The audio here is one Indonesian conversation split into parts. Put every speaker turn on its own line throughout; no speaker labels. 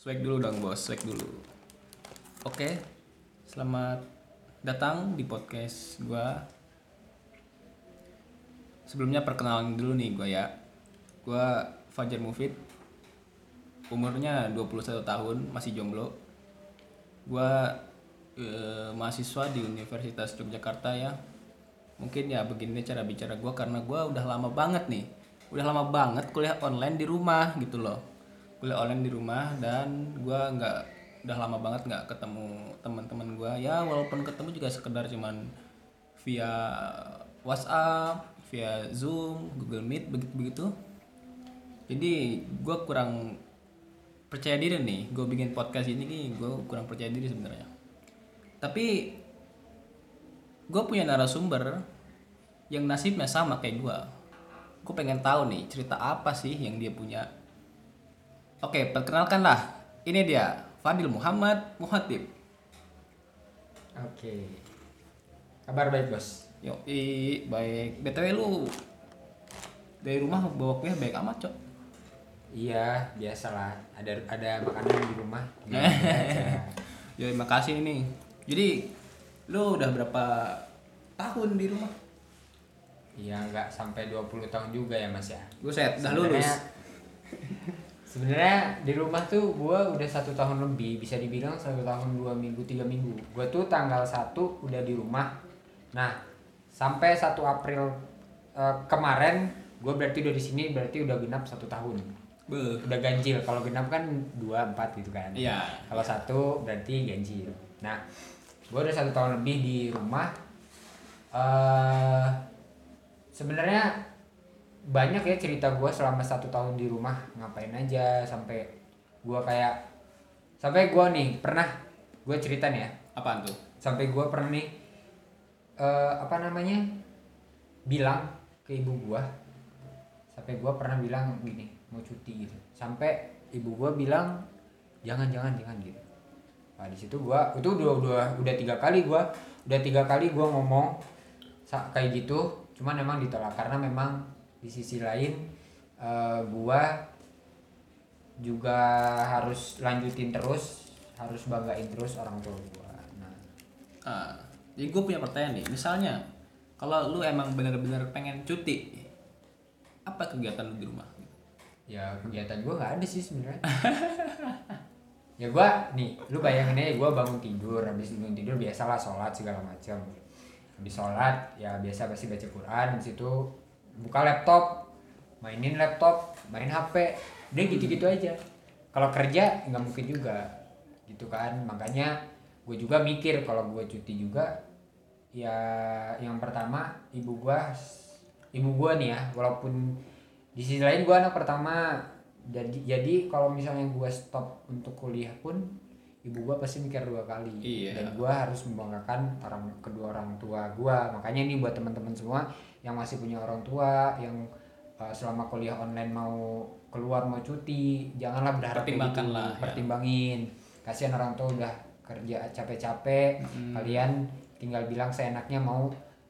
Swag dulu dong bos, swag dulu. Oke, selamat datang di podcast gua. Sebelumnya perkenalan dulu nih gua ya. Gua Fajar Mufid. Umurnya 21 tahun, masih jomblo. Gua mahasiswa di Universitas Yogyakarta ya. Mungkin ya begini cara bicara gua karena gua udah lama banget nih. Udah lama banget kuliah online di rumah gitu loh. Kuliah online di rumah dan gua udah lama banget nggak ketemu teman-teman gua ya, walaupun ketemu juga sekedar cuman via WhatsApp, via Zoom, Google Meet begitu. Jadi gua kurang percaya diri nih, gue bikin podcast ini nih, gue kurang percaya diri sebenarnya. Tapi gue punya narasumber yang nasibnya sama kayak gue. Gue pengen tahu nih cerita apa sih yang dia punya. Oke, perkenalkanlah. Ini dia, Fadil Muhammad Muhatib.
Oke. Kabar baik, Bos?
Baik. BTW lu dari rumah bawa kue baik amat, Cok.
Iya, biasalah. Ada makanan di rumah.
Ya, makasih nih. Jadi lu udah berapa tahun di rumah?
Iya, nggak sampai 20 tahun juga ya, Mas ya.
Buset, udah lulus.
Sebenarnya di rumah tuh gua udah 1 tahun lebih, bisa dibilang 1 tahun 2 minggu 3 minggu. Gua tuh tanggal 1 udah di rumah. Nah, sampai 1 April kemarin gua berarti udah di sini, berarti udah genap 1 tahun. Udah ganjil. Kalau genap kan 2, 4 gitu kan.
Iya.
Kalau 1 berarti ganjil. Nah, gua udah 1 tahun lebih di rumah. Sebenarnya banyak ya cerita gue selama 1 tahun di rumah, ngapain aja sampai gue nih pernah gue cerita nih ya.
Apaan tuh?
Sampai gue pernah nih bilang ke ibu gue, sampai gue pernah bilang gini, mau cuti gitu, sampai ibu gue bilang jangan gitu. Nah di situ gue itu udah 3 kali gue ngomong kayak gitu, cuman memang ditolak karena memang di sisi lain gua juga harus lanjutin terus, harus banggain terus orang tua gua. Nah,
Jadi gue punya pertanyaan nih. Misalnya kalau lu emang benar-benar pengen cuti, apa kegiatan lu di rumah?
ya kegiatan gua nggak ada sih sebenarnya. Ya gua nih, lu bayangin aja gua bangun tidur, habis bangun tidur biasalah sholat segala macam. Habis sholat ya biasa pasti baca Quran, habis itu buka laptop, main HP, dia gitu-gitu aja. Kalau kerja nggak mungkin juga gitu kan, makanya gue juga mikir kalau gue cuti juga ya yang pertama ibu gue nih ya, walaupun di sisi lain gue anak pertama, jadi kalau misalnya gue stop untuk kuliah pun ibu gue pasti mikir 2 kali.
Iya.
Dan gue harus membanggakan kedua orang tua gue. Makanya ini buat teman-teman semua yang masih punya orang tua, yang selama kuliah online mau keluar, mau cuti, janganlah berharap
Pertimbangkanlah,
gitu. Pertimbangin. Kasihan orang tua udah kerja capek-capek, kalian tinggal bilang seenaknya mau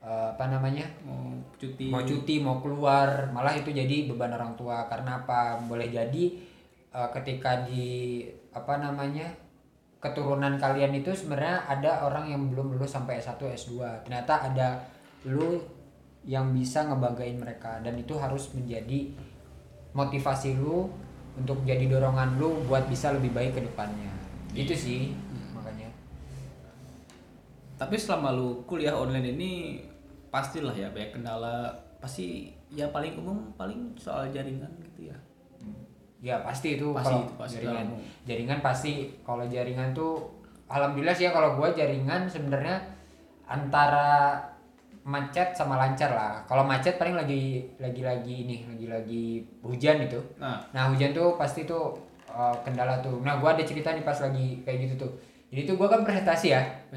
mau cuti, mau keluar, malah itu jadi beban orang tua. Karena apa? Boleh jadi ketika di keturunan kalian itu sebenarnya ada orang yang belum lulus sampai S1, S2. Ternyata ada lu yang bisa ngebanggain mereka, dan itu harus menjadi motivasi lu untuk jadi dorongan lu buat bisa lebih baik ke depannya. Gitu sih. Makanya.
Tapi selama lu kuliah online ini pastilah ya banyak kendala, pasti ya paling umum paling soal jaringan gitu ya.
Ya pasti itu
Pasti
kalau
itu, pasti
jaringan pasti. Kalau jaringan tuh alhamdulillah sih ya, kalau gua jaringan sebenarnya antara macet sama lancar lah. Kalau macet paling lagi hujan itu. Nah hujan tuh pasti tuh kendala tuh. Nah gua ada cerita nih pas lagi kayak gitu tuh. Jadi tuh gua kan presentasi.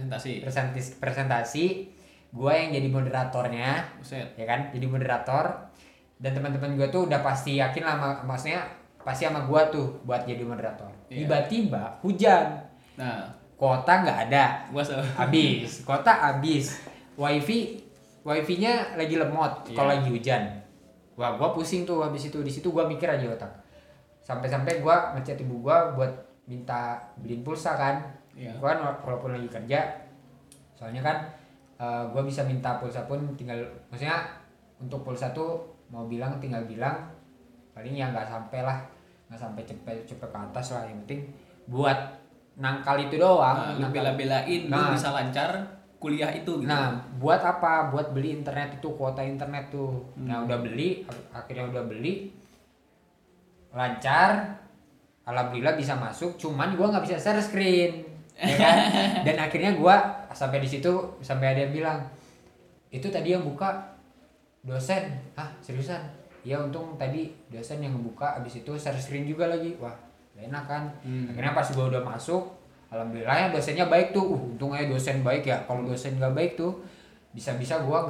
Gua yang jadi moderatornya.
Buset.
Ya kan, jadi moderator. Dan teman-teman gua tuh udah pasti yakin lah, maksudnya pasti sama gua tuh buat jadi moderator.
Iya.
Tiba-tiba hujan.
Nah,
Kuota nggak ada. Habis. Kuota habis. Wifi-nya lagi lemot.
Iya.
Kalau lagi hujan. Wah, gua pusing tuh habis itu. Di situ gua mikir aja otak. Sampai-sampai gua ngechat ibu gua buat minta beliin pulsa kan.
Iya.
Gue kan walaupun lagi kerja, soalnya kan gue bisa minta pulsa pun tinggal, maksudnya untuk pulsa tuh mau bilang tinggal bilang, paling ya nggak sampai cepet ke atas lah, yang penting buat nangkal itu doang.
Lu bela-belain lu bisa lancar kuliah itu gitu.
Nah, buat apa? Buat beli internet itu, kuota internet tuh. Nah, akhirnya udah beli, lancar, alhamdulillah bisa masuk. Cuman gua nggak bisa share screen, ya kan? Dan akhirnya gua sampai di situ, sampai ada yang bilang, itu tadi yang buka dosen. Ah, seriusan? Ya untung tadi dosen yang buka, abis itu share screen juga lagi. Wah, gak enak kan? Akhirnya pas gua udah masuk, alhamdulillah ya dosennya baik tuh. Untung aja dosen baik ya. Kalau dosen nggak baik tuh, bisa-bisa gua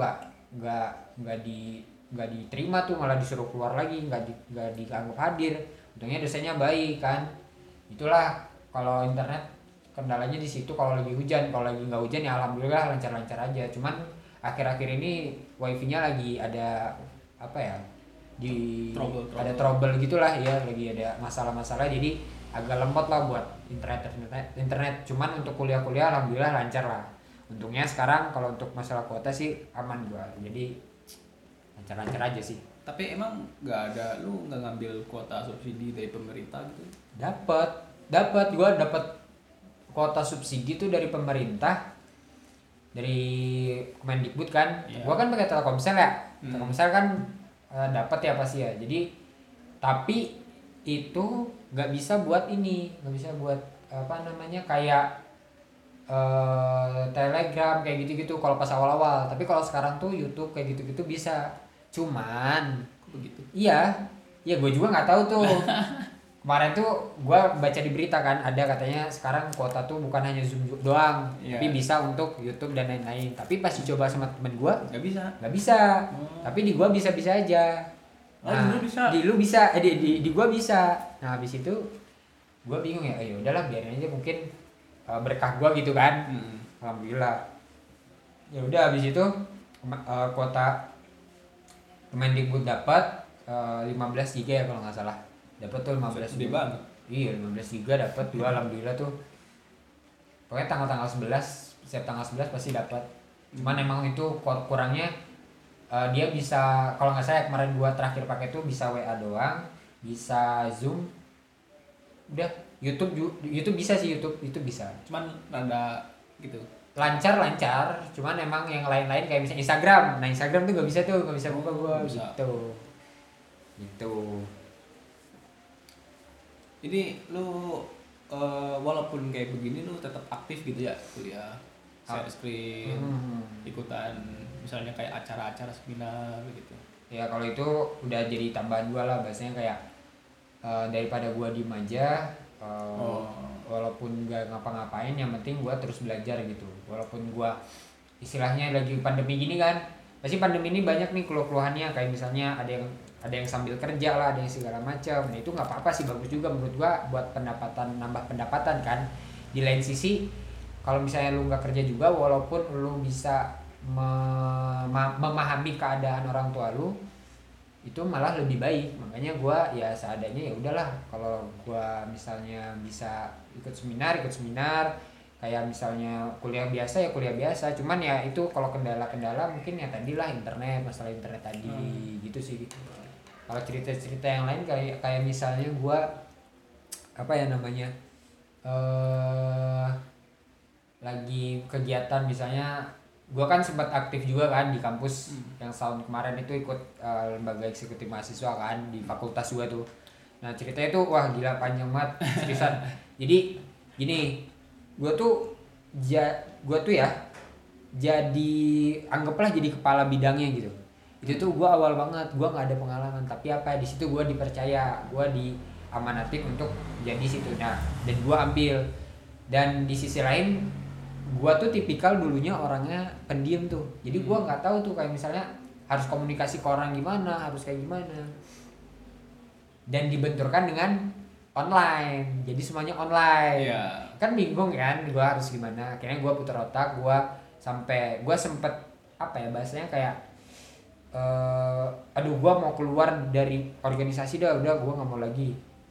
nggak diterima tuh, malah disuruh keluar lagi, nggak dianggap hadir. Untungnya dosennya baik kan. Itulah kalau internet kendalanya di situ kalau lagi hujan. Kalau lagi nggak hujan ya alhamdulillah lancar-lancar aja. Cuman akhir-akhir ini wifi-nya lagi ada apa ya? Ada trouble gitulah ya, lagi ada masalah-masalah, jadi agak lemot lah buat internet. Cuman untuk kuliah alhamdulillah lancar lah. Untungnya sekarang kalau untuk masalah kuota sih aman gua, jadi lancar-lancar aja sih.
Tapi emang lu nggak ngambil kuota subsidi dari pemerintah gitu?
Gua dapat kuota subsidi tuh dari pemerintah, dari Kemendikbud kan. Yeah. Gua kan pakai Telkomsel ya. Telkomsel kan dapat ya pasti ya. Jadi tapi itu nggak bisa buat apa namanya, kayak Telegram kayak gitu-gitu kalau pas awal-awal. Tapi kalau sekarang tuh YouTube kayak gitu-gitu bisa. Cuman
begitu.
Iya, gue juga nggak tahu tuh. Kemarin tuh gue baca di berita kan, ada katanya sekarang kuota tuh bukan hanya Zoom doang, tapi bisa untuk YouTube dan lain-lain. Tapi pas dicoba sama temen gue, nggak bisa. Tapi di gue bisa aja. Nah, di lu bisa, di gue bisa. Nah habis itu gue bingung ya, udahlah biarin aja, mungkin berkah gue gitu kan. Alhamdulillah. Ya udah habis itu kuota Kemendikbud dapat 15 GB ya kalau nggak salah. Dapat tuh 15
GB banget.
Iya, 15 GB dapat gua alhamdulillah tuh. Pokoknya tanggal 11, setiap tanggal 11 pasti dapat. Cuman emang itu kurangnya dia bisa, kalau nggak salah kemarin gua terakhir pakai tuh bisa WA doang, bisa Zoom. Udah, YouTube bisa sih, YouTube bisa.
Cuman rada gitu.
Lancar, cuman emang yang lain-lain kayak misalnya Instagram. Nah, Instagram tuh nggak bisa buka gua gitu.
Jadi lu walaupun kayak begini lu tetap aktif gitu ya kuliah, share screen, ikutan misalnya kayak acara-acara seminar gitu.
Ya kalau itu udah jadi tambahan gua lah, biasanya kayak daripada gua diem aja, walaupun gak ngapa-ngapain, yang penting gua terus belajar gitu. Walaupun gua istilahnya lagi pandemi gini kan, pasti pandemi ini banyak nih keluh-keluhannya, kayak misalnya ada yang sambil kerja lah, ada yang segala macam. Nah itu nggak apa-apa sih, bagus juga menurut gua buat nambah pendapatan kan. Di lain sisi kalau misalnya lu nggak kerja juga, walaupun lu bisa memahami keadaan orang tua lu, itu malah lebih baik. Makanya gua ya seadanya, ya udahlah, kalau gua misalnya bisa ikut seminar, kayak misalnya kuliah biasa ya kuliah biasa. Cuman ya itu kalau kendala mungkin ya tadilah masalah internet tadi gitu sih. Kalau cerita yang lain kayak misalnya gue apa ya namanya, lagi kegiatan, misalnya gue kan sempat aktif juga kan di kampus. Yang tahun kemarin itu ikut lembaga eksekutif mahasiswa kan di fakultas gue tuh. Nah ceritanya tuh wah gila, panjang banget seriusan. Jadi gini, gue tuh ya jadi anggaplah jadi kepala bidangnya gitu. Itu tuh gue awal banget, gue nggak ada pengalaman, tapi apa di situ gue dipercaya, gue diamanatin untuk jadi situ. Nah dan gue ambil. Dan di sisi lain gue tuh tipikal dulunya orangnya pendiam tuh, jadi gue nggak tahu tuh kayak misalnya harus komunikasi ke orang gimana, harus kayak gimana. Dan dibenturkan dengan online, jadi semuanya online. Kan bingung kan gue harus gimana. Akhirnya gue putar otak, gue sempet apa ya bahasanya, kayak gue mau keluar dari organisasi dah, udah gue nggak mau lagi.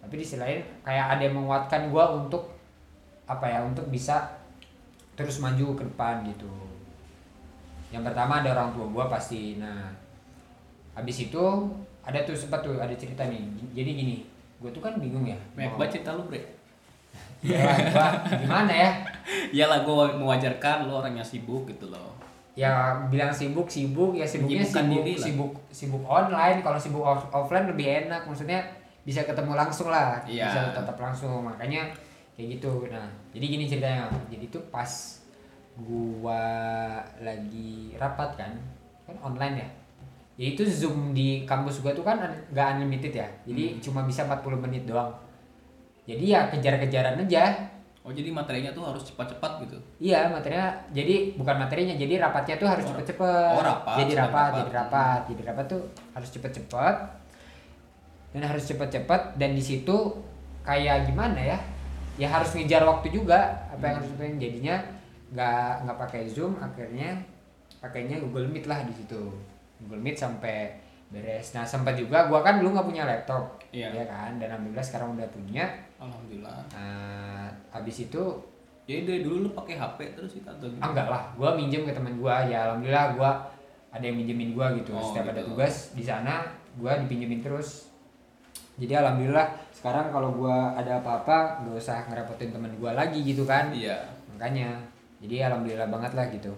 Tapi di sisi lain kayak ada yang menguatkan gue untuk apa ya, untuk bisa terus maju ke depan gitu. Yang pertama ada orang tua gue pasti. Nah habis itu ada tuh sempat tuh ada cerita nih. Jadi gini, gue tuh kan bingung ya.
Banyak banget cerita lu, Bre.
Iyalah, gua gimana ya?
Iyalah, gue mewajarkan lu orangnya sibuk gitu loh.
Ya bilang sibuk ya sibuknya
Menyibukkan
sibuk
diri lah.
sibuk online. Kalau sibuk offline lebih enak, maksudnya bisa ketemu langsung lah,
Iya.
bisa tetap langsung, makanya kayak gitu. Nah jadi gini ceritanya, jadi tuh pas gua lagi rapat kan online ya, itu Zoom di kampus gua tuh kan nggak unlimited ya, jadi cuma bisa 40 menit doang, jadi ya kejar-kejaran aja.
Oh, jadi materinya tuh harus cepat-cepat gitu.
Iya, materinya, jadi bukan materinya, jadi rapatnya tuh harus cepet-cepet.
Oh, rapat,
Jadi
sedang
rapat,
rapat.
jadi rapat tuh harus cepet-cepet dan harus cepet-cepet, dan di situ kayak gimana ya? Ya harus ngejar waktu juga apa yang harus dilakukan. Jadinya nggak pakai Zoom, akhirnya pakainya Google Meet lah di situ. Google Meet sampai beres. Nah sempat juga gua kan dulu nggak punya laptop,
Iya.
ya kan, dan alhamdulillah sekarang udah punya.
Alhamdulillah.
Nah, habis itu
Jadi dari dulu lu pakai HP terus itu atau gimana?
enggak lah, gue minjem ke teman gue, ya alhamdulillah gue ada yang minjemin gue gitu.
Oh,
Setiap ada
gitu.
tugas di sana gue dipinjemin terus. Jadi alhamdulillah sekarang kalau gue ada apa-apa nggak usah ngerepotin teman gue lagi gitu kan.
Iya.
Makanya jadi alhamdulillah banget lah gitu.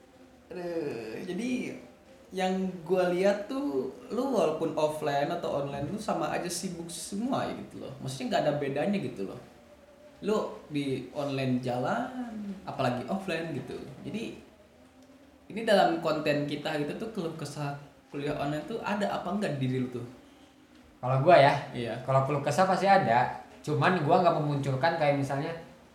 Jadi yang gue lihat tuh lu walaupun offline atau online lu sama aja sibuk semua ya gitu loh. Maksudnya nggak ada bedanya gitu loh. Lu di online jalan, apalagi offline gitu. Jadi ini dalam konten kita gitu tuh keluh kesah kuliah online tuh ada apa enggak di diri lu tuh?
Kalau gue ya,
Iya.
kalau keluh kesah pasti ada. Cuman gue nggak memunculkan kayak misalnya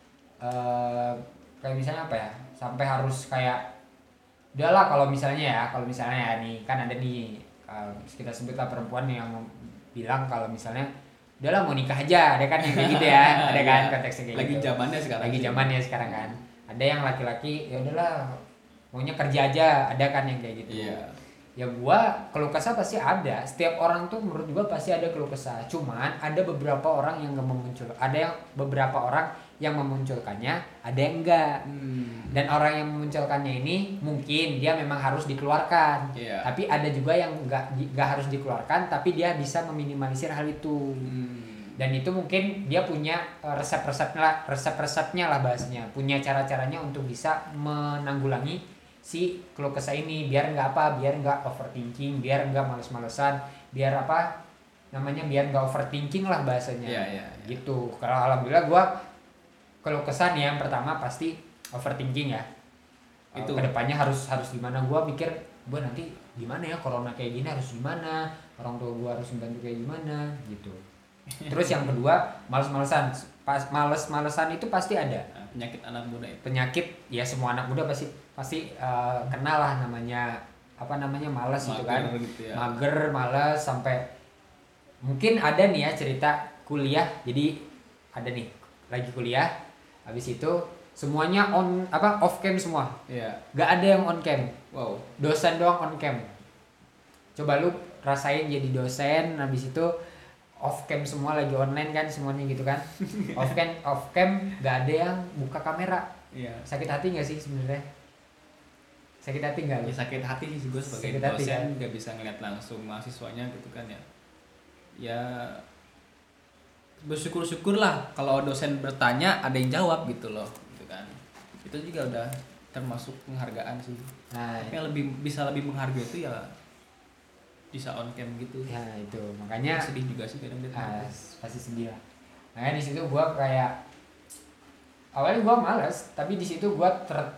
apa ya, sampai harus kayak udahlah. Kalau misalnya ya nih kan ada nih kita sebutlah perempuan yang bilang kalau misalnya udahlah mau nikah aja, ada kan yang kayak gitu ya, ada kan
Iya.
konteksnya kayak
Lagi
gitu.
zamannya sekarang
Lagi
sih.
zamannya sekarang kan. Ada yang laki-laki ya udahlah maunya kerja aja, ada kan yang kayak gitu.
Iya.
Ya gua keluh kesah pasti ada. Setiap orang tuh menurut gua pasti ada keluh kesah. Cuman ada beberapa orang yang nggak memuncul, ada yang beberapa orang yang memunculkannya, ada yang enggak. Dan orang yang memunculkannya ini mungkin dia memang harus dikeluarkan.
Iya.
Tapi ada juga yang nggak harus dikeluarkan, tapi dia bisa meminimalisir hal itu. Dan itu mungkin dia punya resep-resepnya lah bahasanya, punya cara-caranya untuk bisa menanggulangi si keluh kesah ini, biar nggak overthinking, biar nggak males-malesan, biar biar nggak overthinking lah bahasanya.
Iya.
Gitu. Kalau alhamdulillah gua keluh kesah nih yang pertama pasti overthinking ya. Itu kedepannya harus gimana, gua mikir gua nanti gimana ya, corona kayak gini harus gimana, orang tua gua harus membantu kayak gimana gitu. Terus yang kedua males-malesan. Males-malesan itu pasti ada.
Penyakit anak muda itu.
Penyakit ya semua anak muda pasti kenal lah namanya malas gitu kan.
Gitu ya.
Mager, malas, sampai mungkin ada nih ya cerita kuliah. Jadi ada nih lagi kuliah, habis itu semuanya off cam semua.
Iya.
Gak ada yang on cam.
Wow.
Dosen doang on cam. Coba lu rasain jadi dosen, habis itu off cam semua, lagi online kan semuanya gitu kan. off cam gak ada yang buka kamera.
Iya.
Sakit hati gak sih sebenarnya? Sakit hati gak?
Ya, sakit hati sih gue sebagai
Sakit hati,
dosen
kan?
nggak bisa ngeliat langsung mahasiswanya gitu kan ya. Ya bersyukur lah kalau dosen bertanya ada yang jawab gitu loh, gitu kan. Itu juga udah termasuk penghargaan sih.
Nah,
Tapi yang bisa lebih menghargai itu ya bisa on cam gitu.
ya itu makanya
Sedih juga sih kadang gitu.
pasti sedih lah. Makanya di situ gua kayak awalnya gua malas, tapi di situ gua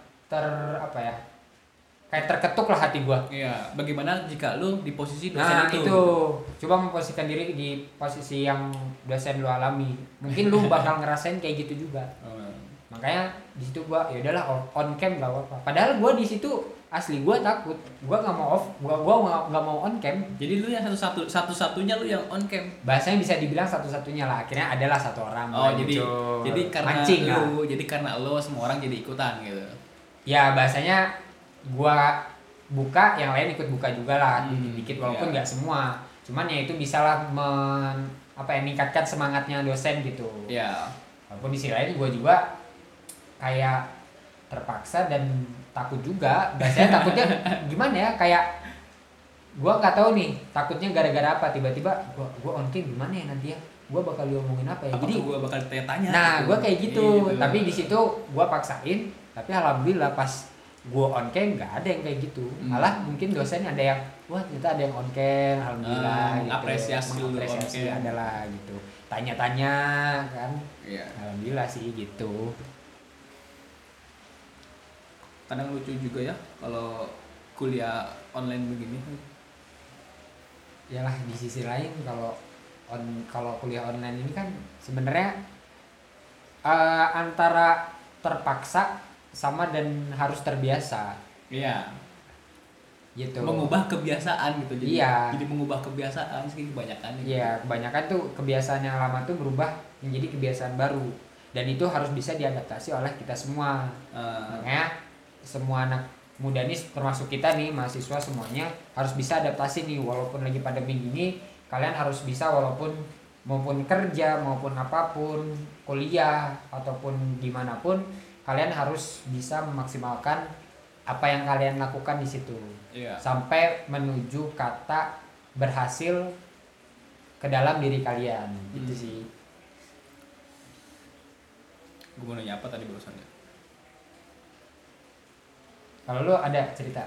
kayak terketuk lah hati gua.
Iya, bagaimana jika lu di posisi dosen
Nah
itu?
itu coba memposisikan diri di posisi yang dosen lu alami, mungkin lu bakal ngerasain kayak gitu juga. Makanya di situ gua ya udahlah on cam gak apa-apa. Padahal gua di situ asli gua takut, gua nggak mau off, gua nggak mau on cam.
Jadi lu yang satu-satunya lu yang on cam.
Bahasanya bisa dibilang satu-satunya lah. Akhirnya adalah satu orang.
Oh,
muncul.
jadi karena
mancing lah.
jadi karena lu semua orang jadi ikutan gitu.
Ya bahasanya gua buka, yang lain ikut buka juga lah, dikit walaupun
iya.
nggak semua. Cuman ya itu bisalah apa ya, meningkatkan semangatnya dosen gitu.
Iya.
Walaupun di sisi lain gue juga kayak terpaksa dan takut juga. Biasanya takutnya gimana ya, kayak gue nggak tahu nih takutnya gara-gara apa, tiba-tiba gue on cam gimana ya nanti ya, gue bakal diomongin apa ya,
Apa
jadi
gue bakal tanya-tanya
nah
gitu.
gue kayak gitu.
Gitu.
Tapi di situ gue paksain, tapi alhamdulillah pas gue on cam nggak ada yang kayak gitu. Malah mungkin dosen ada yang wah ternyata ada yang on cam, alhamdulillah gitu.
Apresiasi dulu on
Mengapresiasi
cam.
adalah gitu, tanya-tanya kan.
Iya.
Alhamdulillah sih gitu.
Kadang lucu juga ya kalau kuliah online begini.
Yalah di sisi lain kalau kuliah online ini kan sebenarnya antara terpaksa sama dan harus terbiasa
Iya.
gitu.
Mengubah kebiasaan gitu. Jadi,
Iya.
jadi mengubah kebiasaan sih kebanyakan.
Iya, kebanyakan tuh kebiasaan yang lama tuh berubah menjadi kebiasaan baru, dan itu harus bisa diadaptasi oleh kita semua. Makanya semua anak muda nih, termasuk kita nih mahasiswa semuanya harus bisa adaptasi nih, walaupun lagi pandemi gini kalian harus bisa, walaupun maupun kerja maupun apapun, kuliah ataupun gimana pun, kalian harus bisa memaksimalkan apa yang kalian lakukan di situ.
Iya.
Sampai menuju kata berhasil ke dalam diri kalian gitu sih.
Gue mau nanya apa tadi barusan ya?
Kalau lu ada cerita?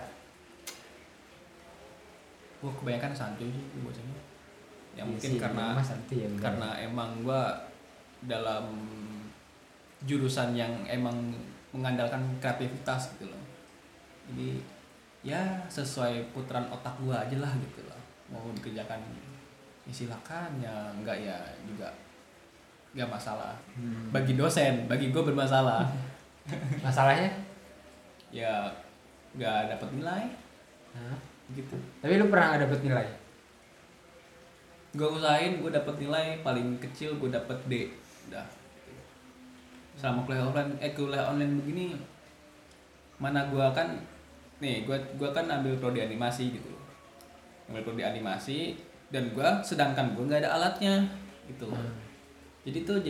Gue kebanyakan santuy sih bacanya. Ya
Iya
mungkin
sih,
karena
santai ya, bener.
karena emang gue dalam jurusan yang emang mengandalkan kreativitas gitu loh. Jadi ya sesuai putaran otak gue aja lah gitu loh. Mau dikerjakan ya silakan, ya enggak ya juga enggak masalah. Bagi dosen, bagi gue bermasalah.
Masalahnya?
Ya enggak dapat nilai
Hah?
gitu.
Tapi lu pernah nggak dapet nilai?
Gue usahain gue dapet nilai paling kecil gue dapet D. Udah. Selama kuliah online begini, mana gue kan nih gue kan ambil prodi animasi gitu loh. Ambil prodi animasi dan sedangkan gue nggak ada alatnya gitu loh. Jadi tuh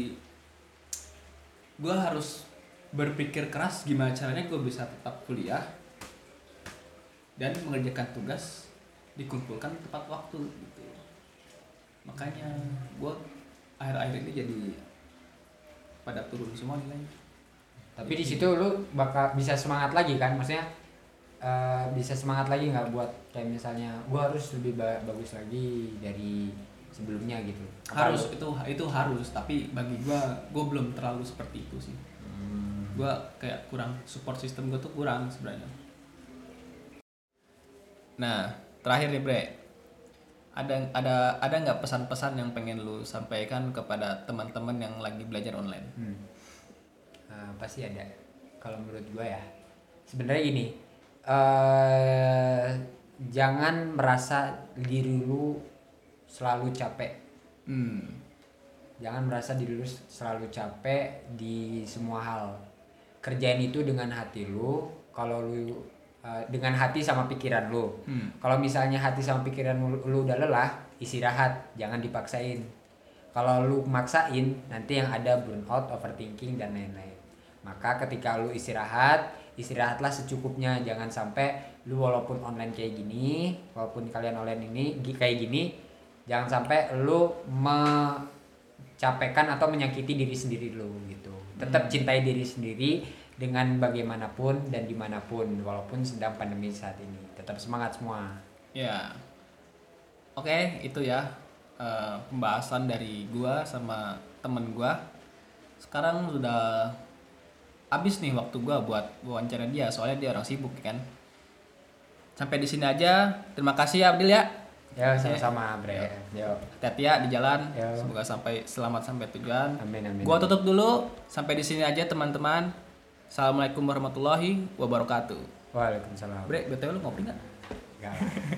gue harus berpikir keras gimana caranya gue bisa tetap kuliah dan mengerjakan tugas dikumpulkan tepat waktu gitu. Makanya gue akhir-akhir ini jadi pada turun semua nilainya.
Tapi di situ lu bakal bisa semangat lagi kan? Maksudnya bisa semangat lagi nggak buat kayak misalnya gue harus lebih bagus lagi dari sebelumnya gitu?
Harus, itu harus, tapi bagi gue belum terlalu seperti itu sih. Gue kayak kurang, support system gue tuh kurang sebenarnya. Nah terakhir nih Bre, ada nggak pesan-pesan yang pengen lu sampaikan kepada teman-teman yang lagi belajar online?
Pasti ada. Kalau menurut gue ya, sebenarnya gini, jangan merasa diri lu selalu capek. Jangan merasa diri lu selalu capek di semua hal. Kerjain itu dengan hati lu. Kalau lu dengan hati sama pikiran lu. Kalau misalnya hati sama pikiran lu udah lelah, istirahat, jangan dipaksain. Kalau lu maksain, nanti yang ada burnout, overthinking dan lain-lain. Maka ketika lu istirahatlah secukupnya. Jangan sampai lu walaupun online kayak gini, walaupun kalian online ini kayak gini, jangan sampai lu capekkan atau menyakiti diri sendiri lu gitu. Tetap cintai diri sendiri dengan bagaimanapun dan dimanapun, walaupun sedang pandemi saat ini. Tetap semangat semua.
Ya, oke, itu ya pembahasan dari gua sama temen gua. Sekarang sudah habis nih waktu gua buat wawancara dia, soalnya dia orang sibuk kan. Sampai di sini aja. Terima kasih ya Abdil ya.
Ya sama-sama Bre. Yo.
Hati-hati ya di jalan.
Yo.
Semoga selamat sampai tujuan.
Amin.
Gua tutup dulu. Sampai di sini aja teman-teman. Assalamualaikum warahmatullahi wabarakatuh.
Waalaikumsalam.
Bre, BTW lu ngopi nggak?
Enggak.